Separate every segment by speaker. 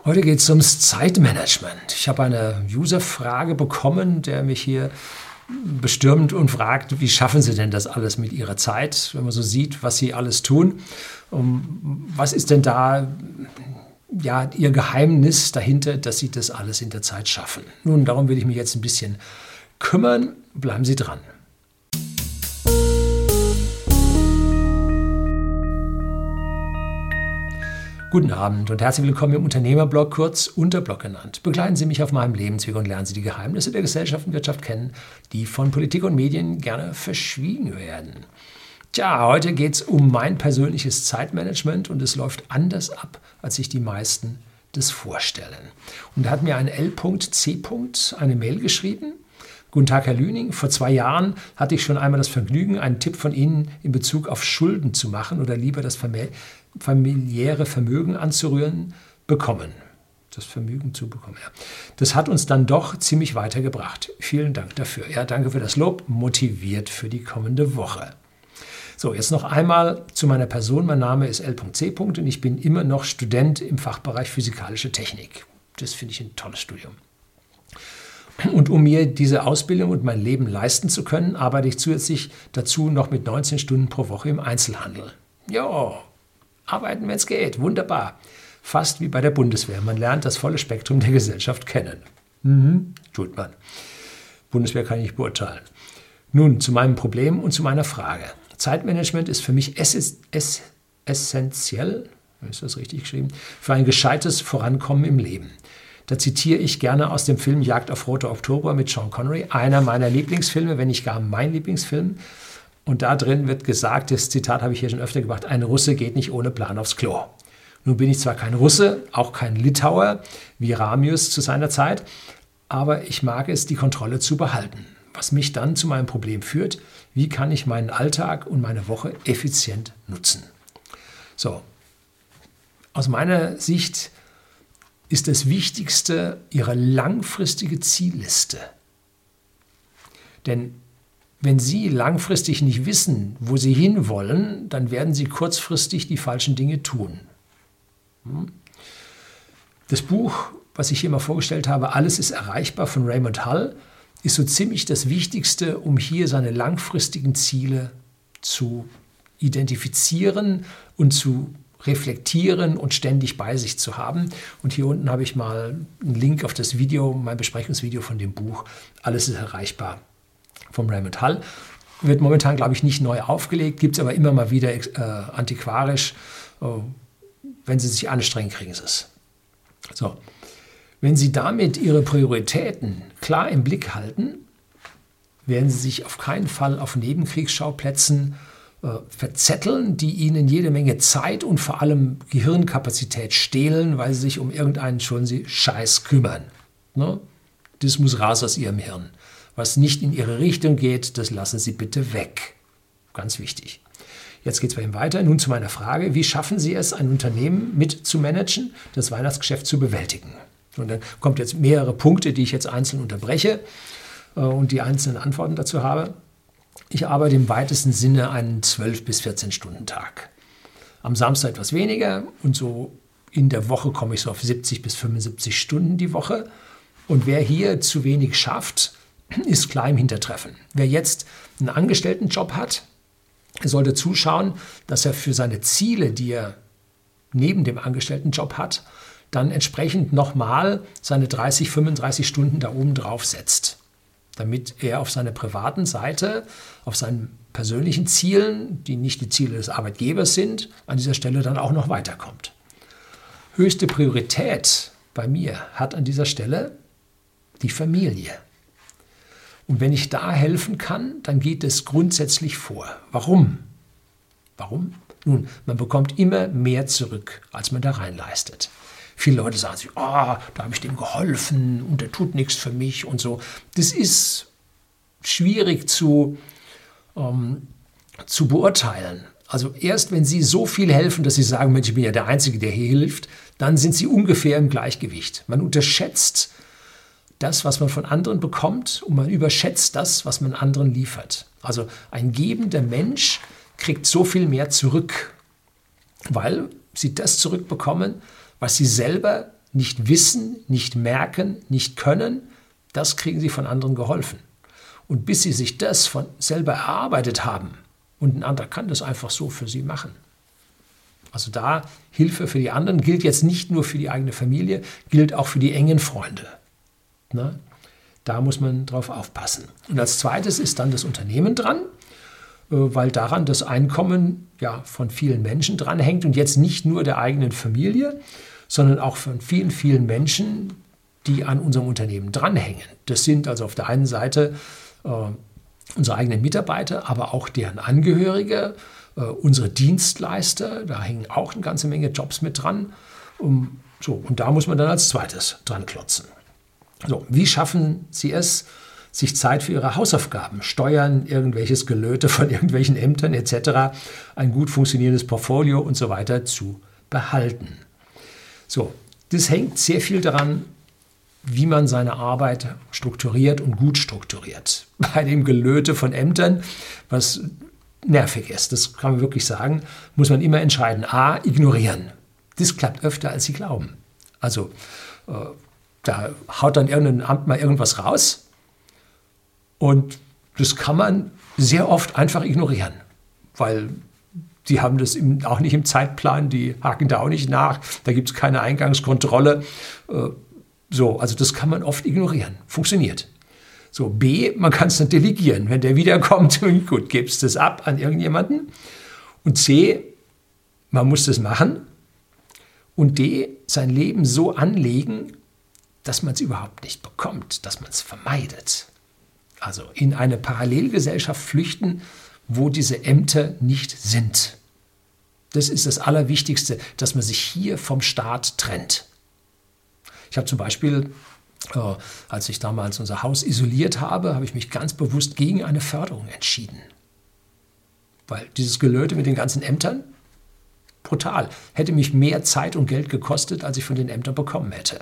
Speaker 1: Heute geht es ums Zeitmanagement. Ich habe eine User-Frage bekommen, der mich hier bestürmt und fragt, wie schaffen Sie denn das alles mit Ihrer Zeit, wenn man so sieht, was Sie alles tun. Was ist denn da Ihr Geheimnis dahinter, dass Sie das alles in der Zeit schaffen? Nun, darum will ich mich jetzt ein bisschen kümmern. Bleiben Sie dran. Guten Abend und herzlich willkommen im Unternehmerblog, kurz Unterblog genannt. Begleiten Sie mich auf meinem Lebensweg und lernen Sie die Geheimnisse der Gesellschaft und Wirtschaft kennen, die von Politik und Medien gerne verschwiegen werden. Tja, heute geht es um mein persönliches Zeitmanagement und es läuft anders ab, als sich die meisten das vorstellen. Und da hat mir ein L.C. eine Mail geschrieben. Guten Tag, Herr Lüning. Vor 2 Jahren hatte ich schon einmal das Vergnügen, einen Tipp von Ihnen in Bezug auf Schulden zu machen oder lieber das familiäre Vermögen anzurühren, bekommen. Das Vermögen zu bekommen, ja. Das hat uns dann doch ziemlich weitergebracht. Vielen Dank dafür. Ja, danke für das Lob. Motiviert für die kommende Woche. So, jetzt noch einmal zu meiner Person. Mein Name ist L.C. und ich bin immer noch Student im Fachbereich Physikalische Technik. Das finde ich ein tolles Studium. Und um mir diese Ausbildung und mein Leben leisten zu können, arbeite ich zusätzlich dazu noch mit 19 Stunden pro Woche im Einzelhandel. Ja, arbeiten, wenn es geht. Wunderbar. Fast wie bei der Bundeswehr. Man lernt das volle Spektrum der Gesellschaft kennen. Tut man. Bundeswehr kann ich nicht beurteilen. Nun zu meinem Problem und zu meiner Frage. Zeitmanagement ist für mich essentiell, ist das richtig geschrieben, für ein gescheites Vorankommen im Leben. Da zitiere ich gerne aus dem Film Jagd auf Rote Oktober mit Sean Connery, einer meiner Lieblingsfilme, wenn nicht gar mein Lieblingsfilm. Und da drin wird gesagt, das Zitat habe ich hier schon öfter gemacht, ein Russe geht nicht ohne Plan aufs Klo. Nun bin ich zwar kein Russe, auch kein Litauer, wie Ramius zu seiner Zeit, aber ich mag es, die Kontrolle zu behalten. Was mich dann zu meinem Problem führt, wie kann ich meinen Alltag und meine Woche effizient nutzen? So, aus meiner Sicht ist das Wichtigste Ihre langfristige Zielliste. Denn wenn Sie langfristig nicht wissen, wo Sie hinwollen, dann werden Sie kurzfristig die falschen Dinge tun. Das Buch, was ich hier mal vorgestellt habe, Alles ist erreichbar von Raymond Hull, ist so ziemlich das Wichtigste, um hier seine langfristigen Ziele zu identifizieren und zu reflektieren und ständig bei sich zu haben. Und hier unten habe ich mal einen Link auf das Video, mein Besprechungsvideo von dem Buch Alles ist erreichbar von Raymond Hull. Wird momentan, glaube ich, nicht neu aufgelegt, gibt es aber immer mal wieder antiquarisch. Wenn Sie sich anstrengen, kriegen Sie es. So. Wenn Sie damit Ihre Prioritäten klar im Blick halten, werden Sie sich auf keinen Fall auf Nebenkriegsschauplätzen verzetteln, die Ihnen jede Menge Zeit und vor allem Gehirnkapazität stehlen, weil Sie sich um irgendeinen Scheiß kümmern. Ne? Das muss raus aus Ihrem Hirn. Was nicht in Ihre Richtung geht, das lassen Sie bitte weg. Ganz wichtig. Jetzt geht es bei ihm weiter. Nun zu meiner Frage, wie schaffen Sie es, ein Unternehmen mit zu managen, das Weihnachtsgeschäft zu bewältigen? Und dann kommt jetzt mehrere Punkte, die ich jetzt einzeln unterbreche und die einzelnen Antworten dazu habe. Ich arbeite im weitesten Sinne einen 12- bis 14-Stunden-Tag. Am Samstag etwas weniger und so in der Woche komme ich so auf 70 bis 75 Stunden die Woche. Und wer hier zu wenig schafft, ist klar im Hintertreffen. Wer jetzt einen Angestelltenjob hat, sollte zuschauen, dass er für seine Ziele, die er neben dem Angestelltenjob hat, dann entsprechend nochmal seine 30, 35 Stunden da oben drauf setzt, damit er auf seiner privaten Seite, auf seinen persönlichen Zielen, die nicht die Ziele des Arbeitgebers sind, an dieser Stelle dann auch noch weiterkommt. Höchste Priorität bei mir hat an dieser Stelle die Familie. Und wenn ich da helfen kann, dann geht es grundsätzlich vor. Warum? Warum? Nun, man bekommt immer mehr zurück, als man da reinleistet. Viele Leute sagen sich, da habe ich dem geholfen und der tut nichts für mich und so. Das ist schwierig zu beurteilen. Also erst wenn Sie so viel helfen, dass Sie sagen, Mensch, ich bin ja der Einzige, der hier hilft, dann sind Sie ungefähr im Gleichgewicht. Man unterschätzt das, was man von anderen bekommt und man überschätzt das, was man anderen liefert. Also ein gebender Mensch kriegt so viel mehr zurück, weil sie das zurückbekommen, was sie selber nicht wissen, nicht merken, nicht können, das kriegen sie von anderen geholfen. Und bis sie sich das von selber erarbeitet haben und ein anderer kann das einfach so für sie machen. Also da Hilfe für die anderen gilt jetzt nicht nur für die eigene Familie, gilt auch für die engen Freunde. Ne? Da muss man drauf aufpassen. Und als zweites ist dann das Unternehmen dran, weil daran das Einkommen ja von vielen Menschen dranhängt und jetzt nicht nur der eigenen Familie, sondern auch von vielen, vielen Menschen, die an unserem Unternehmen dranhängen. Das sind also auf der einen Seite unsere eigenen Mitarbeiter, aber auch deren Angehörige, unsere Dienstleister, da hängen auch eine ganze Menge Jobs mit dran. Und da muss man dann als zweites dran klotzen. So, wie schaffen Sie es, sich Zeit für Ihre Hausaufgaben, Steuern, irgendwelches Gelöte von irgendwelchen Ämtern etc., ein gut funktionierendes Portfolio und so weiter zu behalten? So, das hängt sehr viel daran, wie man seine Arbeit strukturiert und gut strukturiert. Bei dem Gelöte von Ämtern, was nervig ist, das kann man wirklich sagen, muss man immer entscheiden. A, ignorieren. Das klappt öfter, als Sie glauben. Also da haut dann irgendein Amt mal irgendwas raus und das kann man sehr oft einfach ignorieren, weil die haben das auch nicht im Zeitplan, die haken da auch nicht nach, da gibt es keine Eingangskontrolle. Also das kann man oft ignorieren. Funktioniert. So, B, man kann es dann delegieren. Wenn der wiederkommt, gut, gibst es ab an irgendjemanden. Und C, man muss das machen. Und D, sein Leben so anlegen, dass man es überhaupt nicht bekommt, dass man es vermeidet. Also in eine Parallelgesellschaft flüchten, wo diese Ämter nicht sind. Das ist das Allerwichtigste, dass man sich hier vom Staat trennt. Ich habe zum Beispiel, als ich damals unser Haus isoliert habe, habe ich mich ganz bewusst gegen eine Förderung entschieden. Weil dieses Gelöte mit den ganzen Ämtern, brutal, hätte mich mehr Zeit und Geld gekostet, als ich von den Ämtern bekommen hätte.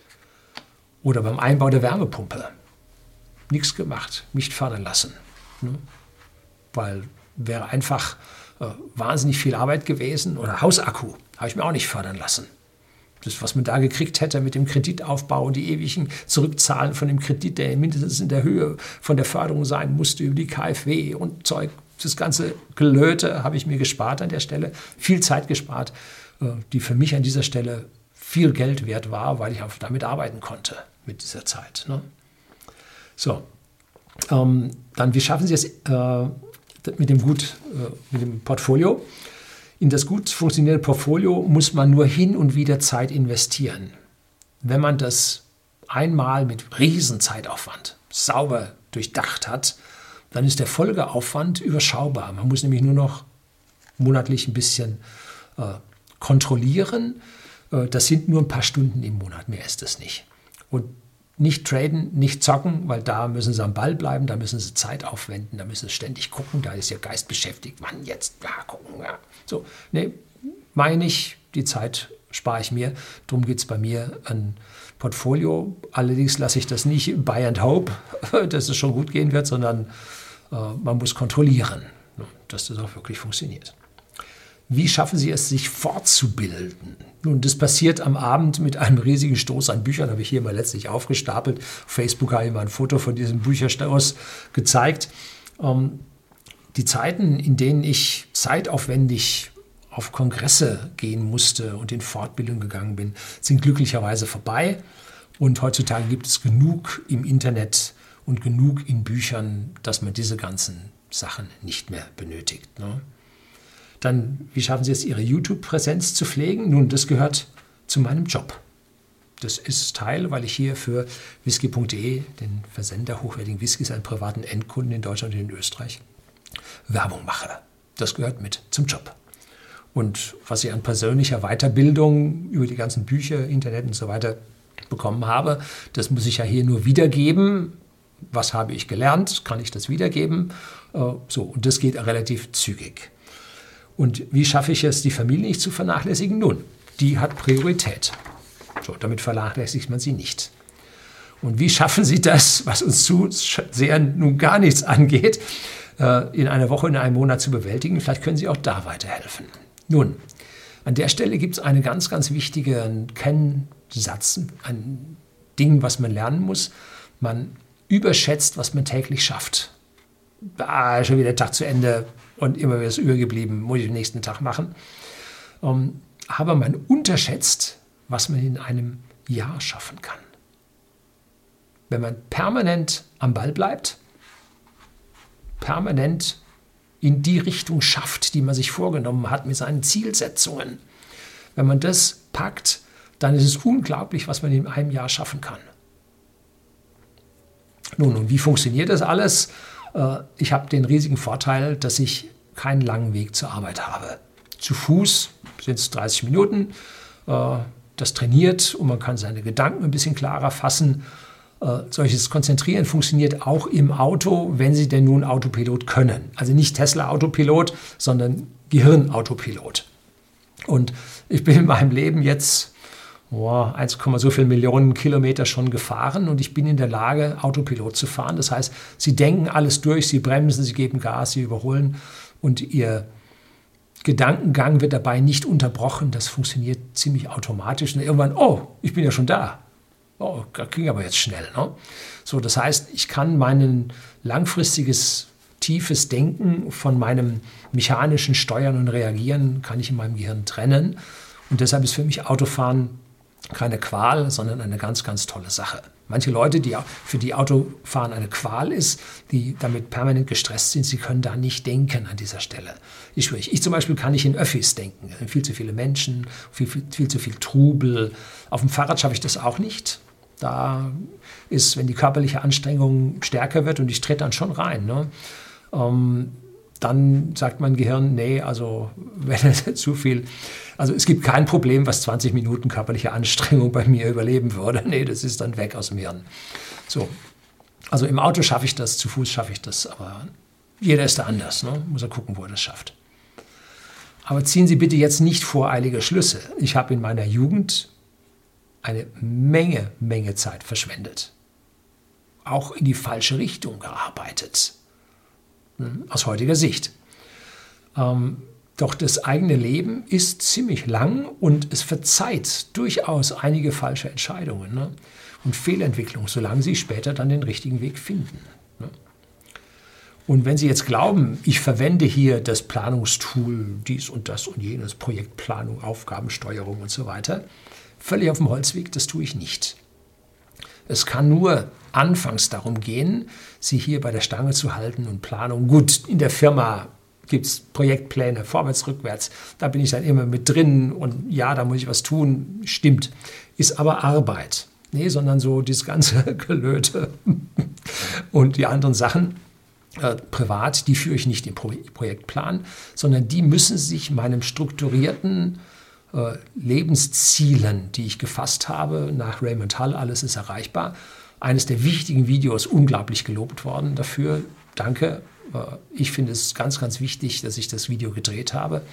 Speaker 1: Oder beim Einbau der Wärmepumpe. Nichts gemacht, nicht fördern lassen. Ne? Weil wäre einfach wahnsinnig viel Arbeit gewesen. Oder Hausakku habe ich mir auch nicht fördern lassen. Das, was man da gekriegt hätte mit dem Kreditaufbau und die ewigen Zurückzahlen von dem Kredit, der mindestens in der Höhe von der Förderung sein musste über die KfW und Zeug. Das ganze Gelöte habe ich mir gespart an der Stelle. Viel Zeit gespart, die für mich an dieser Stelle viel Geld wert war, weil ich auch damit arbeiten konnte mit dieser Zeit. Ne? So, dann wie schaffen Sie es mit dem Portfolio? In das gut funktionierende Portfolio muss man nur hin und wieder Zeit investieren. Wenn man das einmal mit Riesenzeitaufwand sauber durchdacht hat, dann ist der Folgeaufwand überschaubar. Man muss nämlich nur noch monatlich ein bisschen kontrollieren. Das sind nur ein paar Stunden im Monat, mehr ist es nicht. Und nicht traden, nicht zocken, weil da müssen Sie am Ball bleiben, da müssen Sie Zeit aufwenden, da müssen Sie ständig gucken, da ist Ihr Geist beschäftigt. Mann, jetzt, gucken, ja. So, nee, meine ich, die Zeit spare ich mir. Darum geht es bei mir ein Portfolio. Allerdings lasse ich das nicht buy and hope, dass es schon gut gehen wird, sondern man muss kontrollieren, dass das auch wirklich funktioniert. Wie schaffen Sie es, sich fortzubilden? Nun, das passiert am Abend mit einem riesigen Stoß an Büchern, habe ich hier mal letztlich aufgestapelt. Auf Facebook habe ich mal ein Foto von diesem Bücherstoß gezeigt. Die Zeiten, in denen ich zeitaufwendig auf Kongresse gehen musste und in Fortbildung gegangen bin, sind glücklicherweise vorbei. Und heutzutage gibt es genug im Internet und genug in Büchern, dass man diese ganzen Sachen nicht mehr benötigt. Ne? Dann, wie schaffen Sie es, Ihre YouTube-Präsenz zu pflegen? Nun, das gehört zu meinem Job. Das ist Teil, weil ich hier für whisky.de, den Versender hochwertigen Whiskys an privaten Endkunden in Deutschland und in Österreich, Werbung mache. Das gehört mit zum Job. Und was ich an persönlicher Weiterbildung über die ganzen Bücher, Internet und so weiter bekommen habe, das muss ich ja hier nur wiedergeben. Was habe ich gelernt? Kann ich das wiedergeben? Und das geht relativ zügig. Und wie schaffe ich es, die Familie nicht zu vernachlässigen? Nun, die hat Priorität. So, damit vernachlässigt man sie nicht. Und wie schaffen Sie das, was uns zu sehr nun gar nichts angeht, in einer Woche, in einem Monat zu bewältigen? Vielleicht können Sie auch da weiterhelfen. Nun, an der Stelle gibt es einen ganz, ganz wichtigen Satz, ein Ding, was man lernen muss. Man überschätzt, was man täglich schafft. Schon wieder der Tag zu Ende und immer wieder ist übergeblieben, muss ich den nächsten Tag machen. Aber man unterschätzt, was man in einem Jahr schaffen kann. Wenn man permanent am Ball bleibt, permanent in die Richtung schafft, die man sich vorgenommen hat mit seinen Zielsetzungen, wenn man das packt, dann ist es unglaublich, was man in einem Jahr schaffen kann. Nun, und wie funktioniert das alles? Ich habe den riesigen Vorteil, dass ich keinen langen Weg zur Arbeit habe. Zu Fuß sind es 30 Minuten. Das trainiert und man kann seine Gedanken ein bisschen klarer fassen. Solches Konzentrieren funktioniert auch im Auto, wenn Sie denn nun Autopilot können. Also nicht Tesla-Autopilot, sondern Gehirn-Autopilot. Und ich bin in meinem Leben jetzt 1, so viele Millionen Kilometer schon gefahren und ich bin in der Lage, Autopilot zu fahren. Das heißt, Sie denken alles durch, Sie bremsen, Sie geben Gas, Sie überholen und Ihr Gedankengang wird dabei nicht unterbrochen. Das funktioniert ziemlich automatisch. Und irgendwann, ich bin ja schon da. Das ging aber jetzt schnell. Ne? So, das heißt, ich kann mein langfristiges, tiefes Denken von meinem mechanischen Steuern und Reagieren, kann ich in meinem Gehirn trennen. Und deshalb ist für mich Autofahren keine Qual, sondern eine ganz, ganz tolle Sache. Manche Leute, für die Autofahren eine Qual ist, die damit permanent gestresst sind, sie können da nicht denken an dieser Stelle. Ich zum Beispiel kann nicht in Öffis denken. Es sind viel zu viele Menschen, viel zu viel Trubel. Auf dem Fahrrad schaffe ich das auch nicht. Da ist, wenn die körperliche Anstrengung stärker wird und ich trete dann schon rein, ne? Dann sagt mein Gehirn, nee, also wenn es zu viel, also es gibt kein Problem, was 20 Minuten körperliche Anstrengung bei mir überleben würde. Nee, das ist dann weg aus dem Hirn. So, also im Auto schaffe ich das, zu Fuß schaffe ich das, aber jeder ist da anders, ne? Muss er gucken, wo er das schafft. Aber ziehen Sie bitte jetzt nicht voreilige Schlüsse. Ich habe in meiner Jugend eine Menge Zeit verschwendet. Auch in die falsche Richtung gearbeitet. Aus heutiger Sicht. Doch das eigene Leben ist ziemlich lang und es verzeiht durchaus einige falsche Entscheidungen, ne? Und Fehlentwicklung, solange Sie später dann den richtigen Weg finden. Ne? Und wenn Sie jetzt glauben, ich verwende hier das Planungstool, dies und das und jenes, Projektplanung, Aufgabensteuerung und so weiter, völlig auf dem Holzweg, das tue ich nicht. Es kann nur anfangs darum gehen, Sie hier bei der Stange zu halten und Planung. Gut, in der Firma gibt es Projektpläne, vorwärts, rückwärts. Da bin ich dann immer mit drin und ja, da muss ich was tun. Stimmt. Ist aber Arbeit. Nee, sondern so dieses ganze Gelöte und die anderen Sachen privat, die führe ich nicht im Projektplan, sondern die müssen sich meinem strukturierten Lebenszielen, die ich gefasst habe, nach Raymond Hull, alles ist erreichbar. Eines der wichtigen Videos, unglaublich gelobt worden dafür. Danke. Ich finde es ganz, ganz wichtig, dass ich das Video gedreht habe.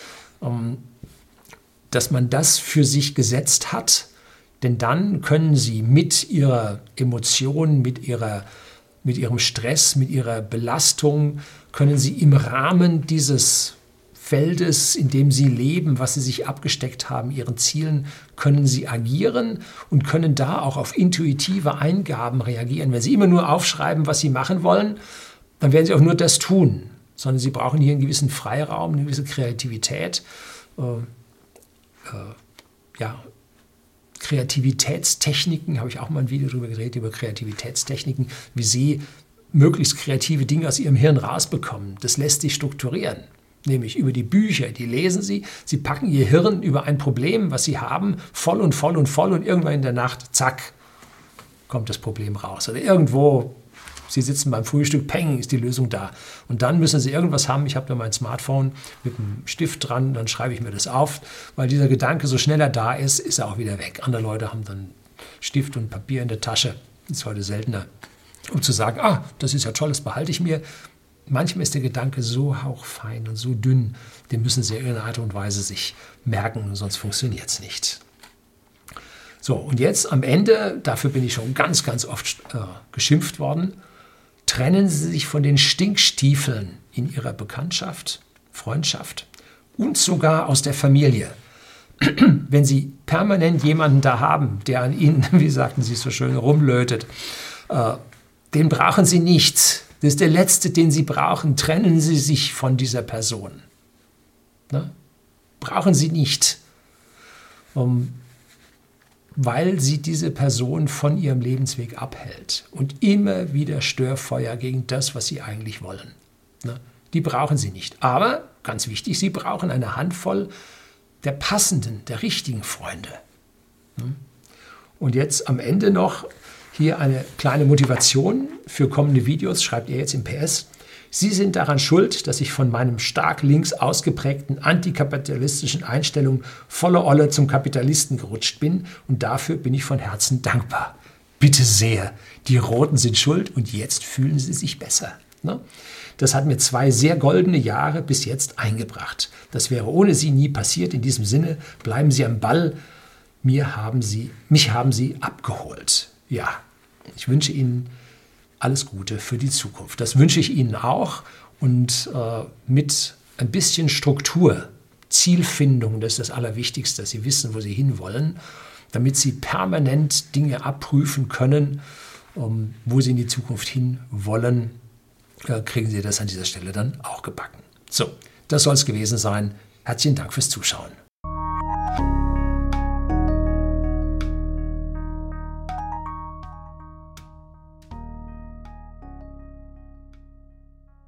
Speaker 1: Dass man das für sich gesetzt hat, denn dann können Sie mit Ihrer Emotion, mit Ihrem Stress, mit Ihrer Belastung, können Sie im Rahmen dieses Feldes, in dem Sie leben, was Sie sich abgesteckt haben, Ihren Zielen, können Sie agieren und können da auch auf intuitive Eingaben reagieren. Wenn Sie immer nur aufschreiben, was Sie machen wollen, dann werden Sie auch nur das tun, sondern Sie brauchen hier einen gewissen Freiraum, eine gewisse Kreativität. Kreativitätstechniken, habe ich auch mal ein Video darüber gedreht, über Kreativitätstechniken, wie Sie möglichst kreative Dinge aus Ihrem Hirn rausbekommen. Das lässt sich strukturieren. Nämlich über die Bücher, die lesen Sie. Sie packen Ihr Hirn über ein Problem, was Sie haben, voll und irgendwann in der Nacht, zack, kommt das Problem raus. Oder irgendwo, Sie sitzen beim Frühstück, peng, ist die Lösung da. Und dann müssen Sie irgendwas haben. Ich habe da mein Smartphone mit einem Stift dran, dann schreibe ich mir das auf, weil dieser Gedanke, so schnell er da ist, ist er auch wieder weg. Andere Leute haben dann Stift und Papier in der Tasche, das ist heute seltener, um zu sagen, das ist ja toll, das behalte ich mir. Manchmal ist der Gedanke so hauchfein und so dünn, den müssen Sie in irgendeiner Art und Weise sich merken, sonst funktioniert es nicht. So, und jetzt am Ende, dafür bin ich schon ganz, ganz oft geschimpft worden, trennen Sie sich von den Stinkstiefeln in Ihrer Bekanntschaft, Freundschaft und sogar aus der Familie. Wenn Sie permanent jemanden da haben, der an Ihnen, wie sagten Sie so schön, rumlötet, den brauchen Sie nicht. Das ist der letzte, den Sie brauchen. Trennen Sie sich von dieser Person. Ne? Brauchen Sie nicht. Weil sie diese Person von ihrem Lebensweg abhält und immer wieder Störfeuer gegen das, was sie eigentlich wollen. Ne? Die brauchen Sie nicht. Aber, ganz wichtig, Sie brauchen eine Handvoll der passenden, der richtigen Freunde. Und jetzt am Ende noch hier eine kleine Motivation für kommende Videos, schreibt er jetzt im PS. Sie sind daran schuld, dass ich von meinem stark links ausgeprägten antikapitalistischen Einstellung voller Olle zum Kapitalisten gerutscht bin und dafür bin ich von Herzen dankbar. Bitte sehr, die Roten sind schuld und jetzt fühlen sie sich besser. Ne? Das hat mir 2 sehr goldene Jahre bis jetzt eingebracht. Das wäre ohne Sie nie passiert. In diesem Sinne, bleiben Sie am Ball. Mich haben Sie abgeholt. Ja, ich wünsche Ihnen alles Gute für die Zukunft. Das wünsche ich Ihnen auch. Und mit ein bisschen Struktur, Zielfindung, das ist das Allerwichtigste, dass Sie wissen, wo Sie hinwollen, damit Sie permanent Dinge abprüfen können, wo Sie in die Zukunft hinwollen, kriegen Sie das an dieser Stelle dann auch gebacken. So, das soll es gewesen sein. Herzlichen Dank fürs Zuschauen.